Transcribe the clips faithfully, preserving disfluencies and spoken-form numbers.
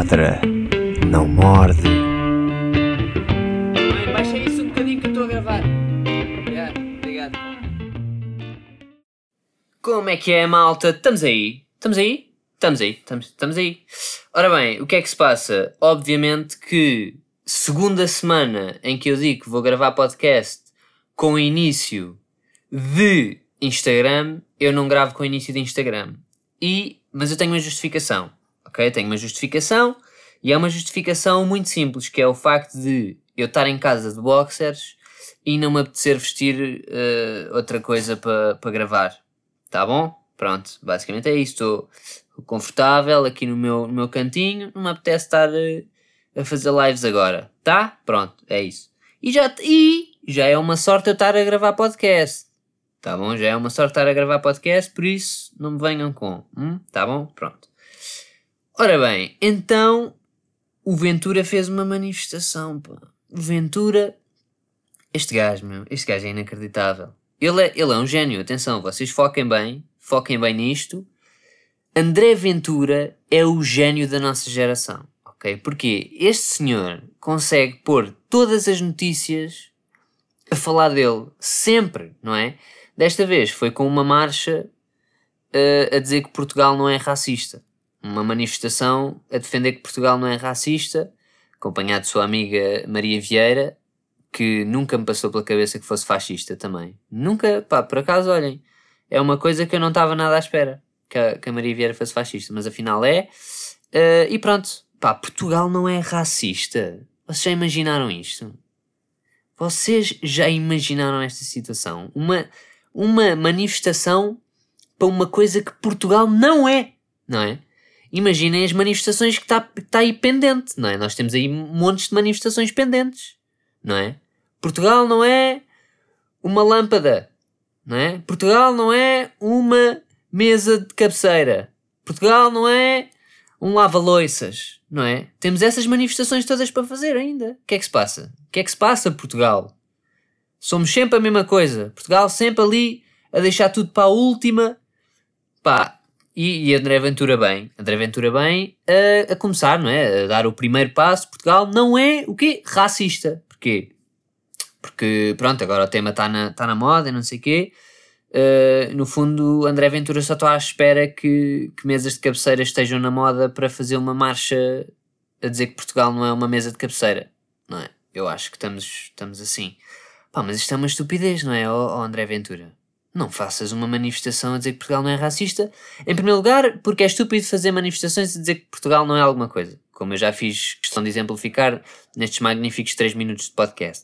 ladra, não morde. Mãe, baixa isso um bocadinho que eu estou a gravar. Obrigado, obrigado. Como é que é, malta? Estamos aí? Estamos aí? Estamos aí, estamos, estamos aí. Ora bem, o que é que se passa? Obviamente que segunda semana em que eu digo que vou gravar podcast com o início de Instagram, eu não gravo com o início de Instagram. E, mas eu tenho uma justificação, ok? Tenho uma justificação e é uma justificação muito simples, que é o facto de eu estar em casa de boxers e não me apetecer vestir uh, outra coisa para pa gravar. Tá bom? Pronto, basicamente é isso. Estou confortável aqui no meu, no meu cantinho, não me apetece estar uh, a fazer lives agora. Tá? Pronto, é isso. E já, e já é uma sorte eu estar a gravar podcast. Tá bom? Já é uma sorte estar a gravar podcast, por isso não me venham com. Hum? Tá bom? Pronto. Ora bem, então o Ventura fez uma manifestação, pá. O Ventura, este gajo, meu, este gajo é inacreditável. Ele é, ele é um gênio, atenção, vocês foquem bem, foquem bem nisto. André Ventura é o gênio da nossa geração, ok? Porque este senhor consegue pôr todas as notícias a falar dele, sempre, não é? Desta vez foi com uma marcha uh, a dizer que Portugal não é racista. Uma manifestação a defender que Portugal não é racista, acompanhado de sua amiga Maria Vieira, que nunca me passou pela cabeça que fosse fascista também. Nunca, pá, por acaso, olhem, é uma coisa que eu não estava nada à espera, que a, que a Maria Vieira fosse fascista, mas afinal é. Uh, e pronto, pá, Portugal não é racista. Vocês já imaginaram isto? Vocês já imaginaram esta situação? Uma, uma manifestação para uma coisa que Portugal não é, não é? Imaginem as manifestações que está tá aí pendente, não é? Nós temos aí montes de manifestações pendentes, não é? Portugal não é uma lâmpada, não é? Portugal não é uma mesa de cabeceira. Portugal não é um lava-loiças, não é? Temos essas manifestações todas para fazer ainda. O que é que se passa? O que é que se passa, Portugal? Somos sempre a mesma coisa. Portugal sempre ali a deixar tudo para a última. Pá, e, e André Ventura bem. André Ventura bem a, a começar, não é? A dar o primeiro passo. Portugal não é o quê? Racista. Porquê? Porque, pronto, agora o tema está na, tá na moda e não sei o quê. Uh, no fundo, André Ventura só está à espera que, que mesas de cabeceira estejam na moda para fazer uma marcha a dizer que Portugal não é uma mesa de cabeceira, não é? Eu acho que estamos, estamos assim. Pá, mas isto é uma estupidez, não é, ó, ó André Ventura? Não faças uma manifestação a dizer que Portugal não é racista. Em primeiro lugar, porque é estúpido fazer manifestações a dizer que Portugal não é alguma coisa, como eu já fiz questão de exemplificar nestes magníficos três minutos de podcast.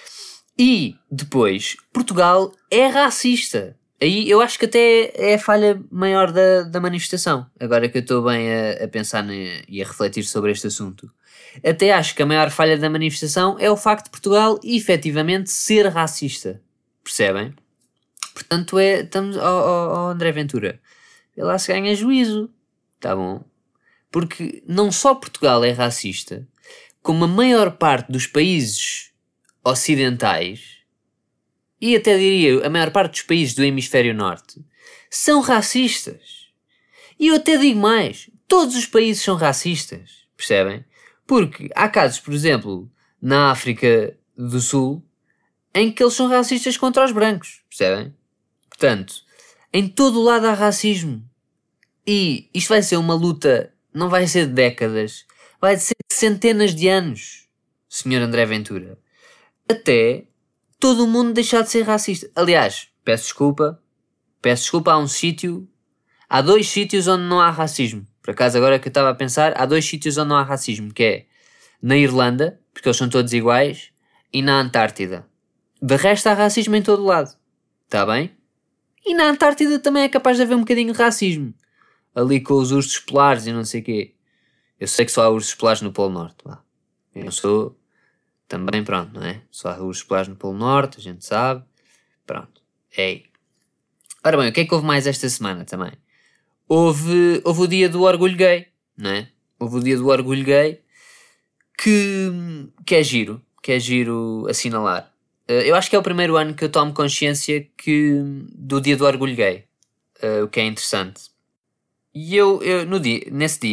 E depois, Portugal é racista. Aí eu acho que até é a falha maior da, da manifestação. Agora que eu estou bem a, a pensar ne, e a refletir sobre este assunto. Até acho que a maior falha da manifestação é o facto de Portugal efetivamente ser racista. Percebem? Portanto, é, estamos ao André Ventura. Ele lá se ganha juízo. Tá bom? Porque não só Portugal é racista, como a maior parte dos países ocidentais, e até diria a maior parte dos países do hemisfério norte, são racistas. E eu até digo mais, todos os países são racistas, percebem? Porque há casos, por exemplo, na África do Sul, em que eles são racistas contra os brancos, percebem? Portanto, em todo o lado há racismo. E isto vai ser uma luta, não vai ser de décadas, vai ser de centenas de anos, senhor André Ventura. Até todo o mundo deixar de ser racista. Aliás, peço desculpa, peço desculpa, há um sítio, há dois sítios onde não há racismo. Por acaso, agora que eu estava a pensar, há dois sítios onde não há racismo, que é na Irlanda, porque eles são todos iguais, e na Antártida. De resto, há racismo em todo lado. Está bem? E na Antártida também é capaz de haver um bocadinho de racismo. Ali com os ursos polares e não sei o quê. Eu sei que só há ursos polares no Polo Norte. Lá. Eu sou... Também, pronto, não é? Só há ursos polares no Polo Norte, a gente sabe. Pronto. Ei. Ora bem, o que é que houve mais esta semana também? Houve, houve o dia do orgulho gay, não é? Houve o dia do orgulho gay que, que é giro. Que é giro assinalar. Eu acho que é o primeiro ano que eu tomo consciência que, do dia do orgulho gay. Uh, o que é interessante. E eu, eu no dia, nesse dia,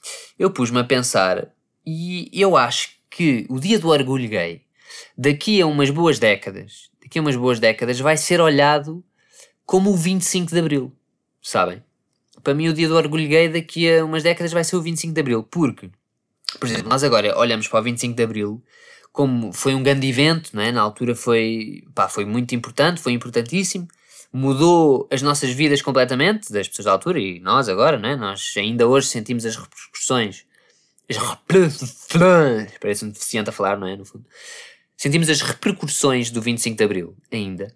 eu pus-me a pensar e eu acho que o dia do orgulho gay, daqui a umas boas décadas, daqui a umas boas décadas, vai ser olhado como o vinte e cinco de Abril, sabem? Para mim o dia do orgulho gay daqui a umas décadas vai ser o vinte e cinco de Abril, porque, por exemplo, nós agora olhamos para o vinte e cinco de Abril como foi um grande evento, não é? Na altura foi, pá, foi muito importante, foi importantíssimo, mudou as nossas vidas completamente, das pessoas da altura e nós agora, não é? Nós ainda hoje sentimos as repercussões, as repercussões, parece um deficiente a falar, não é? No fundo, sentimos as repercussões do vinte e cinco de Abril ainda.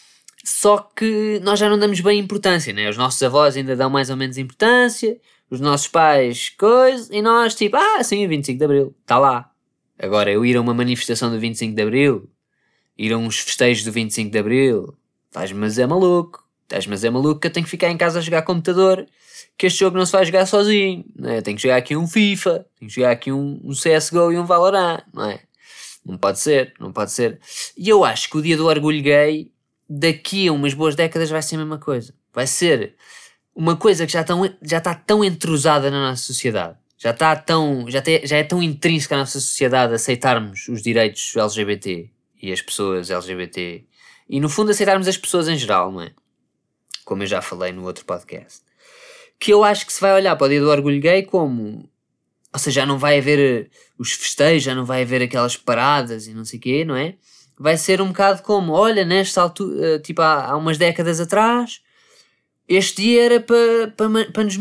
Só que nós já não damos bem importância, né? Os nossos avós ainda dão mais ou menos importância, os nossos pais, coisa, e nós tipo, ah, sim, o vinte e cinco de Abril, está lá. Agora, eu ir a uma manifestação do vinte e cinco de Abril, ir a uns festejos do vinte e cinco de Abril, estás-me a dizer maluco, estás-me a dizer maluco que eu tenho que ficar em casa a jogar computador, que este jogo não se vai jogar sozinho, não é? Tenho que jogar aqui um FIFA, tenho que jogar aqui um, um C S G O e um Valorant, não é? Não pode ser, não pode ser. E eu acho que o dia do orgulho gay, daqui a umas boas décadas vai ser a mesma coisa. Vai ser uma coisa que já, tão, já está tão entrosada na nossa sociedade. Já está tão, já, te, já é tão intrínseca à nossa sociedade aceitarmos os direitos L G B T e as pessoas L G B T. E no fundo aceitarmos as pessoas em geral, não é? Como eu já falei no outro podcast. Que eu acho que se vai olhar para o dia do orgulho gay como... Ou seja, já não vai haver os festejos, já não vai haver aquelas paradas e não sei o quê, não é? Vai ser um bocado como, olha, nesta altura, tipo há, há umas décadas atrás, este dia era para, para, para, nos,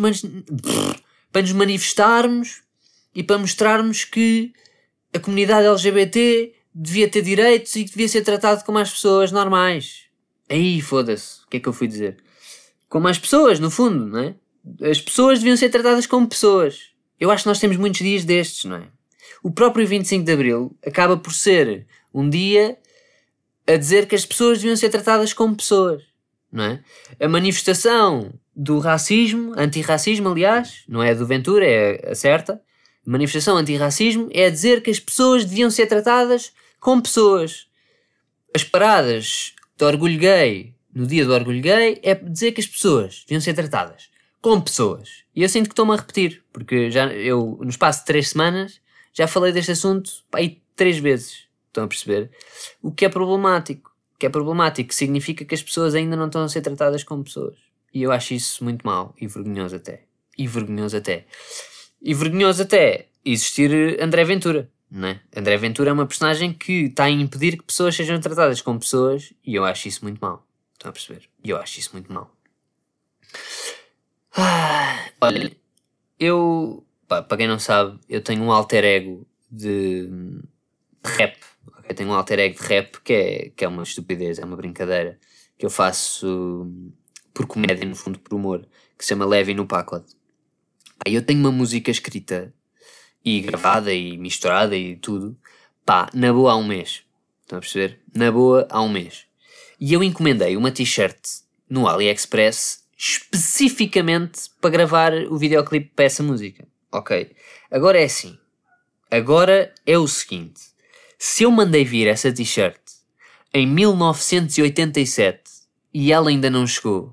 para nos manifestarmos e para mostrarmos que a comunidade L G B T devia ter direitos e que devia ser tratado como as pessoas normais. Aí, foda-se, o que é que eu fui dizer? Como as pessoas, no fundo, não é? As pessoas deviam ser tratadas como pessoas. Eu acho que nós temos muitos dias destes, não é? O próprio vinte e cinco de Abril acaba por ser um dia a dizer que as pessoas deviam ser tratadas como pessoas, não é? A manifestação do racismo, antirracismo, aliás, não é a do Ventura, é a certa. A manifestação antirracismo é a dizer que as pessoas deviam ser tratadas como pessoas. As paradas de orgulho gay, no dia do orgulho gay, é dizer que as pessoas deviam ser tratadas como pessoas. E eu sinto que estou-me a repetir, porque já, eu, no espaço de três semanas, já falei deste assunto pá, aí três vezes. Estão a perceber? O que é problemático. O que é problemático significa que as pessoas ainda não estão a ser tratadas como pessoas. E eu acho isso muito mau e vergonhoso até. E vergonhoso até. E vergonhoso até existir André Ventura, não é? André Ventura é uma personagem que está a impedir que pessoas sejam tratadas como pessoas e eu acho isso muito mau. Estão a perceber? E eu acho isso muito mau. Ah, olha, eu... Pá, para quem não sabe, eu tenho um alter ego de, de rap. Eu tenho um alter ego de rap que é, que é uma estupidez, é uma brincadeira que eu faço por comédia, no fundo por humor, que se chama Levy no Pacote. Aí eu tenho uma música escrita e gravada e misturada e tudo, pá, na boa há um mês. Estão a perceber? Na boa há um mês. E eu encomendei uma t-shirt no AliExpress especificamente para gravar o videoclipe para essa música. Ok. Agora é assim. Agora é o seguinte. Se eu mandei vir essa t-shirt em mil novecentos e oitenta e sete e ela ainda não chegou,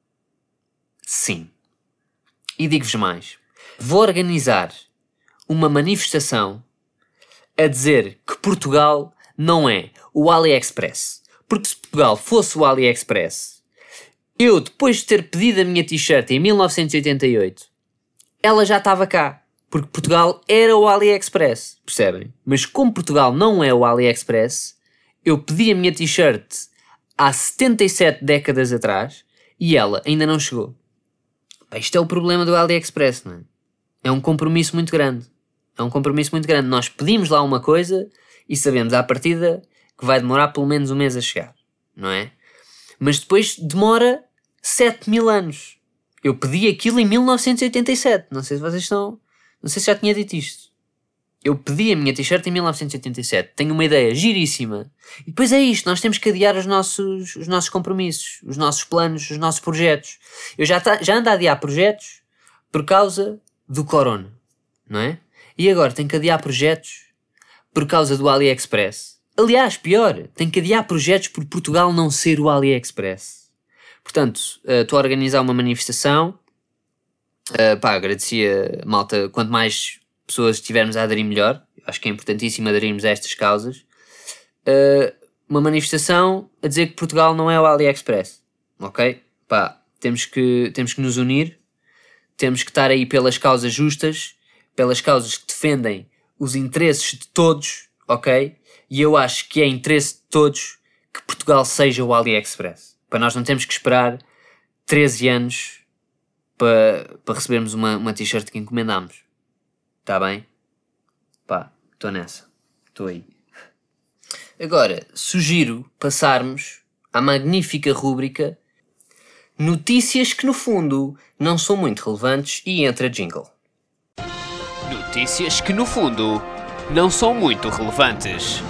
sim. E digo-vos mais. Vou organizar uma manifestação a dizer que Portugal não é o AliExpress. Porque se Portugal fosse o AliExpress, eu, depois de ter pedido a minha t-shirt em mil novecentos e oitenta e oito, ela já estava cá. Porque Portugal era o AliExpress, percebem? Mas como Portugal não é o AliExpress, eu pedi a minha t-shirt há setenta e sete décadas atrás e ela ainda não chegou. Isto é o problema do AliExpress, não é? É um compromisso muito grande. É um compromisso muito grande. Nós pedimos lá uma coisa e sabemos à partida que vai demorar pelo menos um mês a chegar, não é? Mas depois demora sete mil anos. Eu pedi aquilo em mil novecentos e oitenta e sete. Não sei se vocês estão... Não sei se já tinha dito isto. Eu pedi a minha t-shirt em mil novecentos e oitenta e sete. Tenho uma ideia giríssima. E depois é isto. Nós temos que adiar os nossos, os nossos compromissos, os nossos planos, os nossos projetos. Eu já, tá, já ando a adiar projetos por causa do corona, não é? E agora tenho que adiar projetos por causa do AliExpress. Aliás, pior, tenho que adiar projetos por Portugal não ser o AliExpress. Portanto, estou uh, a organizar uma manifestação Uh, pá, agradecia, malta, quanto mais pessoas estivermos a aderir melhor. Acho que é importantíssimo aderirmos a estas causas. Uh, uma manifestação a dizer que Portugal não é o AliExpress, ok? Pá, temos que, temos que nos unir, temos que estar aí pelas causas justas, pelas causas que defendem os interesses de todos, ok? E eu acho que é interesse de todos que Portugal seja o AliExpress. Para nós não temos que esperar treze anos para, para recebermos uma, uma t-shirt que encomendámos. Está bem? Pá, estou nessa. Estou aí. Agora, sugiro passarmos à magnífica rúbrica Notícias que, no fundo, não são muito relevantes e entra jingle. Notícias que, no fundo, não são muito relevantes.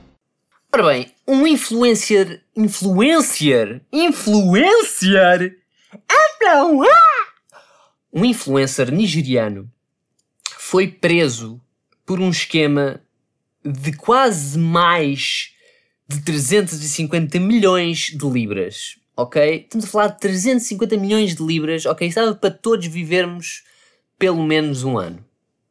Ora bem, um influencer... Influencer? Influencer? Ah, não! Ah! Um influencer nigeriano foi preso por um esquema de quase mais de trezentos e cinquenta milhões de libras, ok? Estamos a falar de trezentos e cinquenta milhões de libras, ok? Estava para todos vivermos pelo menos um ano,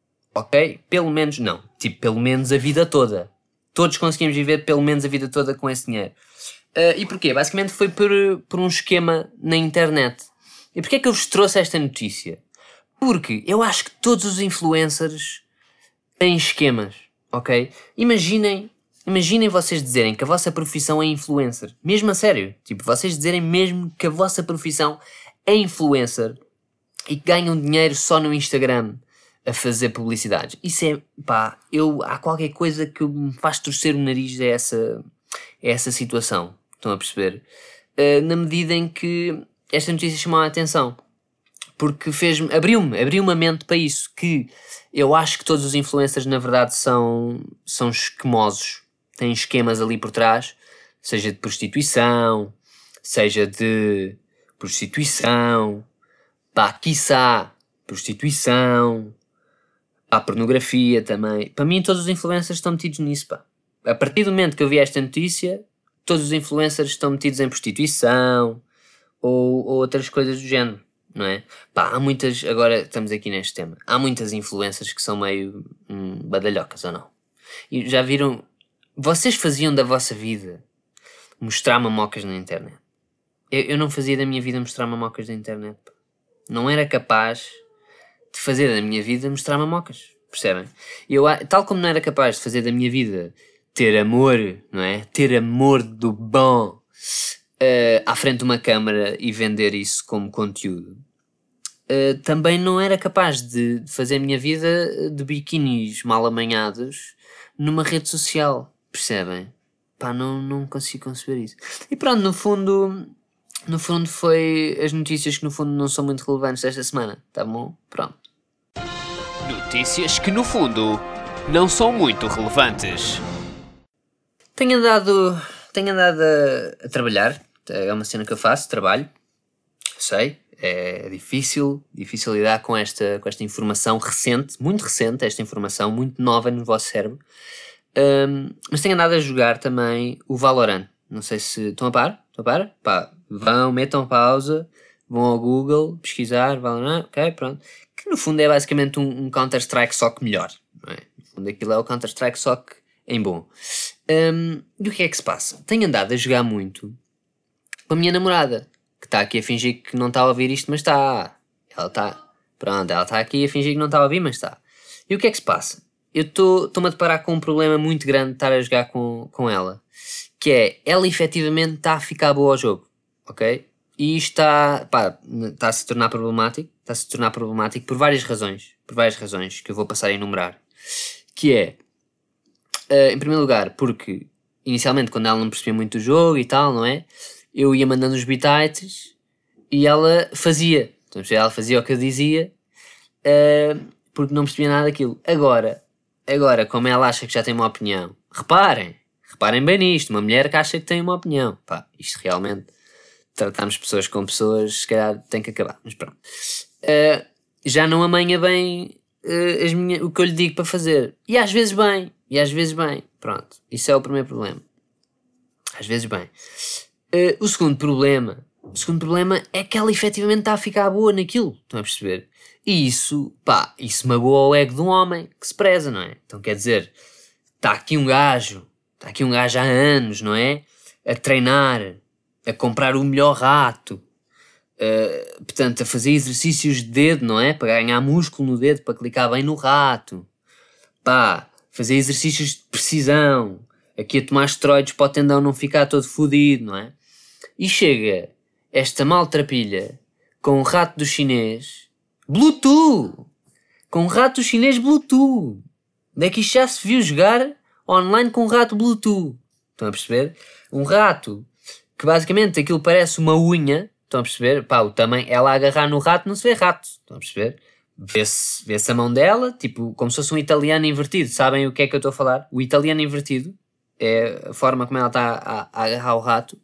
ok? Pelo menos, não, tipo, pelo menos a vida toda. Todos conseguimos viver pelo menos a vida toda com esse dinheiro. Uh, e porquê? Basicamente foi por, por um esquema na internet. E porquê é que eu vos trouxe esta notícia? Porque eu acho que todos os influencers têm esquemas, ok? Imaginem, imaginem vocês dizerem que a vossa profissão é influencer. Mesmo a sério. Tipo, vocês dizerem mesmo que a vossa profissão é influencer e que ganham dinheiro só no Instagram a fazer publicidades. Isso é, pá, eu, há qualquer coisa que me faz torcer o nariz a essa, a essa situação. Estão a perceber? Uh, na medida em que esta notícia chamou a atenção. Porque fez-me, abriu-me, abriu-me a mente para isso, que eu acho que todos os influencers na verdade são, são esquemosos, têm esquemas ali por trás, seja de prostituição, seja de prostituição, pá, quiçá, prostituição, pá, pornografia também. Para mim todos os influencers estão metidos nisso, pá. A partir do momento que eu vi esta notícia, todos os influencers estão metidos em prostituição ou, ou outras coisas do género. Não é? Pá, há muitas, agora estamos aqui neste tema, há muitas influências que são meio hum, badalhocas, ou não? E já viram, vocês faziam da vossa vida mostrar mamocas na internet? Eu, eu não fazia da minha vida mostrar mamocas na internet, pá. Não era capaz de fazer da minha vida mostrar mamocas, percebem? Eu, tal como não era capaz de fazer da minha vida ter amor, não é? Ter amor do bom Uh, à frente de uma câmara e vender isso como conteúdo, uh, também não era capaz de, de fazer a minha vida de biquinis mal amanhados numa rede social, percebem? Pá, não, não consigo conceber isso. E pronto, no fundo, no fundo foi as notícias que no fundo não são muito relevantes desta semana, tá bom? Pronto. Notícias que no fundo não são muito relevantes. Tenho andado, tenho andado a, a trabalhar. É uma cena que eu faço, trabalho, sei, é difícil, difícil lidar com esta, com esta informação recente, muito recente, esta informação muito nova no vosso cérebro, um, mas tenho andado a jogar também o Valorant, não sei se estão a par, estão a par? Pá, vão, metam pausa, vão ao Google, pesquisar, Valorant, ok, pronto, que no fundo é basicamente um, um Counter-Strike só que melhor, não é? No fundo aquilo é o Counter-Strike só que em bom. Um, e o que é que se passa? Tenho andado a jogar muito com a minha namorada, que está aqui a fingir que não está a ouvir isto, mas está. Ela está. Pronto, ela está aqui a fingir que não está a ouvir, mas está. E o que é que se passa? Eu estou-me a deparar com um problema muito grande de estar a jogar com, com ela, que é, ela efetivamente está a ficar boa ao jogo, ok? E isto está, pá, está a se tornar problemático, está a se tornar problemático por várias razões, por várias razões que eu vou passar a enumerar, que é, uh, em primeiro lugar, porque inicialmente quando ela não percebia muito o jogo e tal, não é? Eu ia mandando os bitites e ela fazia. Então, ela fazia o que eu dizia uh, porque não percebia nada daquilo. Agora, agora, como ela acha que já tem uma opinião, reparem, reparem bem nisto, uma mulher que acha que tem uma opinião. Pá, isto realmente, tratarmos pessoas com pessoas, se calhar tem que acabar, mas pronto. Uh, já não amanha bem uh, as minhas, o que eu lhe digo para fazer. E às vezes bem, e às vezes bem. Pronto, isso é o primeiro problema. Às vezes bem. Uh, o segundo problema O segundo problema é que ela efetivamente está a ficar boa naquilo, estão a perceber? E isso, pá, isso magoa o ego de um homem que se preza, não é? Então quer dizer, está aqui um gajo, está aqui um gajo há anos, não é? A treinar, a comprar o melhor rato, uh, portanto, a fazer exercícios de dedo, não é? Para ganhar músculo no dedo, para clicar bem no rato, pá, fazer exercícios de precisão, aqui a tomar esteroides para o tendão não ficar todo fodido, não é? E chega esta maltrapilha com um rato do chinês Bluetooth, com um rato chinês Bluetooth. Onde é que isto já se viu jogar online com um rato Bluetooth? Estão a perceber? Um rato que basicamente aquilo parece uma unha. Estão a perceber? Pá, o tamanho, ela a agarrar no rato não se vê rato. Estão a perceber? Vê-se, vê-se a mão dela, tipo, como se fosse um italiano invertido. Sabem o que é que eu estou a falar? O italiano invertido é a forma como ela está a, a agarrar o rato.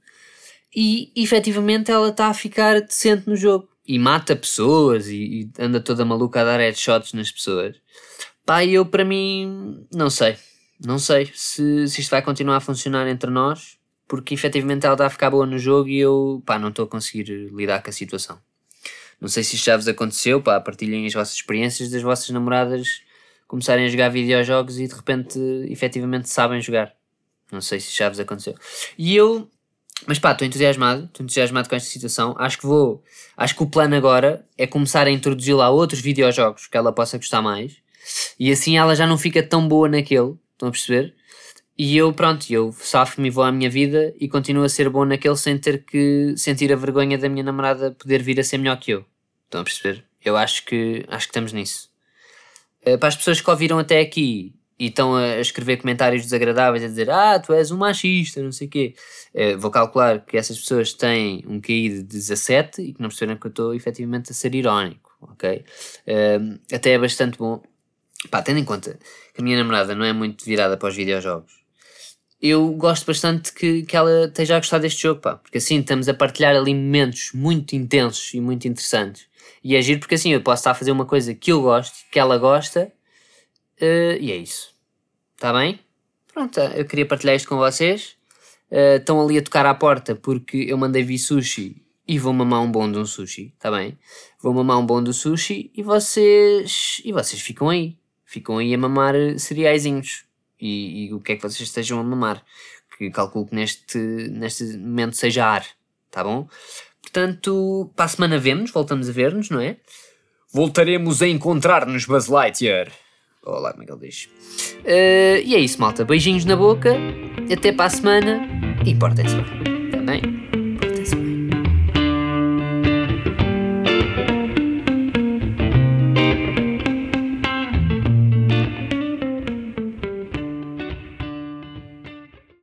E efetivamente ela está a ficar decente no jogo. E mata pessoas e, e anda toda maluca a dar headshots nas pessoas. Pá, eu para mim, não sei. Não sei se, se isto vai continuar a funcionar entre nós, porque efetivamente ela está a ficar boa no jogo e eu, pá, não estou a conseguir lidar com a situação. Não sei se isto já vos aconteceu, pá, partilhem as vossas experiências das vossas namoradas começarem a jogar videojogos e de repente efetivamente sabem jogar. Não sei se isto já vos aconteceu. E eu... Mas pá, estou entusiasmado, estou entusiasmado com esta situação. Acho que vou, acho que o plano agora é começar a introduzir lá outros videojogos que ela possa gostar mais. E assim ela já não fica tão boa naquele, estão a perceber? E eu, pronto, eu safo-me e vou à minha vida e continuo a ser bom naquele sem ter que sentir a vergonha da minha namorada poder vir a ser melhor que eu. Estão a perceber? Eu acho que, acho que estamos nisso. Uh, para as pessoas que ouviram até aqui e estão a escrever comentários desagradáveis a dizer ah, tu és um machista, não sei o quê. Uh, vou calcular que essas pessoas têm um Q I de dezassete e que não perceberam que eu estou efetivamente a ser irónico, ok? Uh, até é bastante bom. Pá, tendo em conta que a minha namorada não é muito virada para os videojogos, eu gosto bastante que, que ela esteja a gostar deste jogo, pá, porque assim estamos a partilhar ali momentos muito intensos e muito interessantes. E é giro porque assim eu posso estar a fazer uma coisa que eu gosto, que ela gosta, uh, e é isso. Está bem? Pronto, eu queria partilhar isto com vocês. Uh, estão ali a tocar à porta porque eu mandei vir sushi e vou mamar um bom de um sushi, está bem? Vou mamar um bom do sushi e vocês, e vocês ficam aí. Ficam aí a mamar cereaizinhos. E, e o que é que vocês estejam a mamar. Que calculo que neste, neste momento seja ar, tá bom? Portanto, para a semana vemos, voltamos a ver-nos, não é? Voltaremos a encontrar-nos, Buzz Lightyear. Olá, como é que ele diz? Uh, e é isso, malta. Beijinhos na boca. Até para a semana. E portem-se bem.